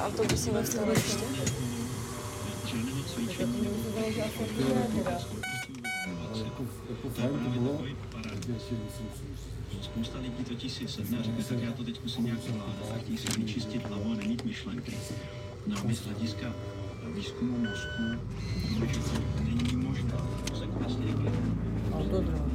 autobusy ve stanoviště. Jako fajn to bylo. Spousta lidí totiž si sedne a řekne, tak já to teď musím nějak zvládat, tak si vyčistit hlavu a nemít myšlenky. No a z hlediska výzkumu mozku, že to není možné. To se vlastně někde. Autodrom.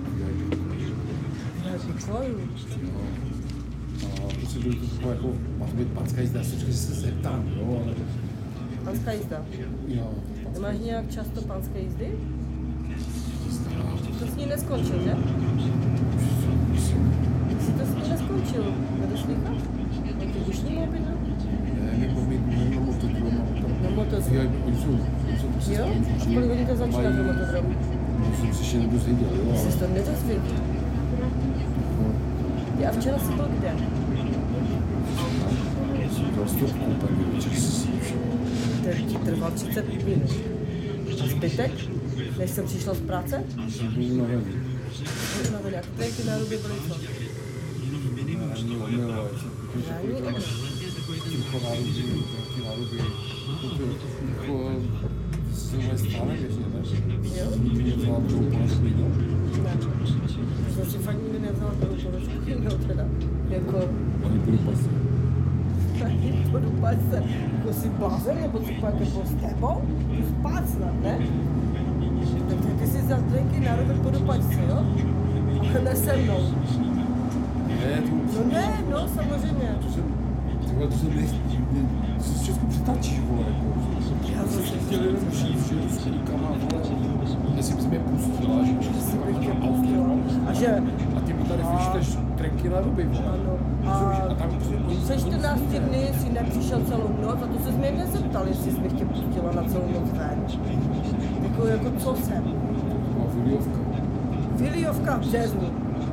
A prostě byl to jako, má to být panská jízda, že se zeptám, jo, ale... Panská jízda? Jo. Nemáš nějak často panské jízdy? To s ní neskončil, že? Jsi to s ní neskončil, nedošlíka? Jak je dušní mobil? Ne, nebo my na motodromu. Na motodromu? Jo, oni jsou prostě jo? A kolik hodin to začíná do motodromu? Jsem se ještě nedozvěděl, jo, ale... Jsi to nedozvěděl? A včera jsi byl kde? Jsem dal stopku, paní večer si všel. Ten ti trval 30 minut. A zbytek? Než jsem přišla z práce? Jsem byl unavený. Byl unavený. A které ty náruby byly co? Ranní omylové. Ranní omylové. Ticho náruby, ty náruby. Jako... To je stále běžně, ne? Jo? Nikdy nevzala prvou ponožku jídlo? Ne. Já jsem si fakt nikdy nevzala prvou ponožku jídlo teda. Jako... Oni byli pasy. Podupat se, jako jsi blázen, nebo co pak jako s tebou? Jsi spát snad, ne? Tak ty jsi za drinky nárobil podupat se, jo? Ale ne se mnou. Ne, to... No ne, no samozřejmě. To se všechno přetačíš, vole, jako. Já jsem zase chtěl jenom žít, že jdu s chodíkama, vole. Jestli bys mě pustila, že si bych tě pustila. A že... A ty mi tady vyčteš trenky na ruby, vole. Ano. A tam... Se 14 dny si nepřišel celou noc a to se mě nezeptal, jestli jsi bych tě pustila na celou noc ven. Jako co jsem? Má Viliovka. Viliovka v březnu.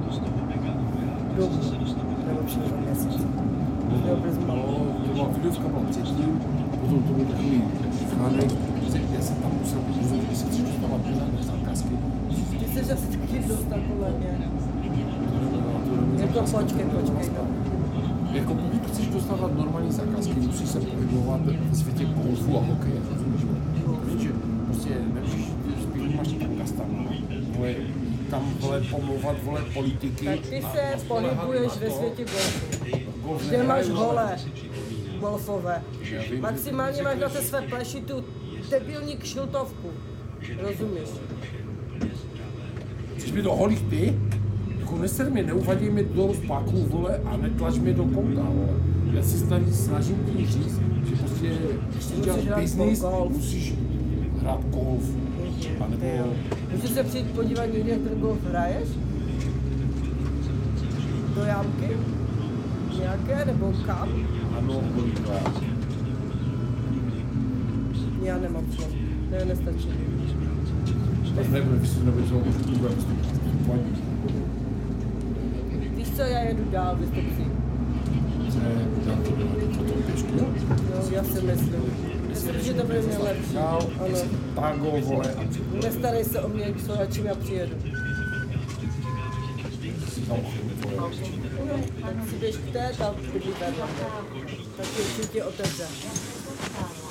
Dobu. Nebo přijde za měsíc. Jo, No, to má Viliovka byla předtím, potom to byl takový chánek, já jsem tam musel být, že se chci dostávat na zakázky. Ty jsi se taky dostal podle mě. Jako počkej, no. Jako pokud chceš dostávat normální zakázky, musíš se pohybovat ve světě golfu a hokeje, rozumíš? Protože prostě nemůžeš, spíš máš tam vole, tam vole pomlouvat, vole, politiky. Tak ty se pohybuješ ve světě golfu. Kde máš hole golfové. Maximálně máš na té své pleši tu debilní kšiltovku. Rozumíš? Chceš mi do holých ty? Jako neser mě, neuvadí mi do spáků, vole, a netlač mě do kouta, vole. Já si tady snažím ti říct, že prostě, když chceš dělat business, musíš hrát golf. A nebo... Můžeš se přijít podívat někdy, jak ten golf hraješ? Do jámky? Nějaké, nebo kam? Ano, kolikrát. Já nemám čas. Ne, nestačí. Tak nebude, když si nebude Víš co, já jedu dál, vystupci. No, já si myslím. Myslím, že to bude mě lepší. Dál, tango, vole. Nestarej se o mě, co a čím já přijedu. Tak si běž k té, tam vidí vedle. Tak ti určitě otevře.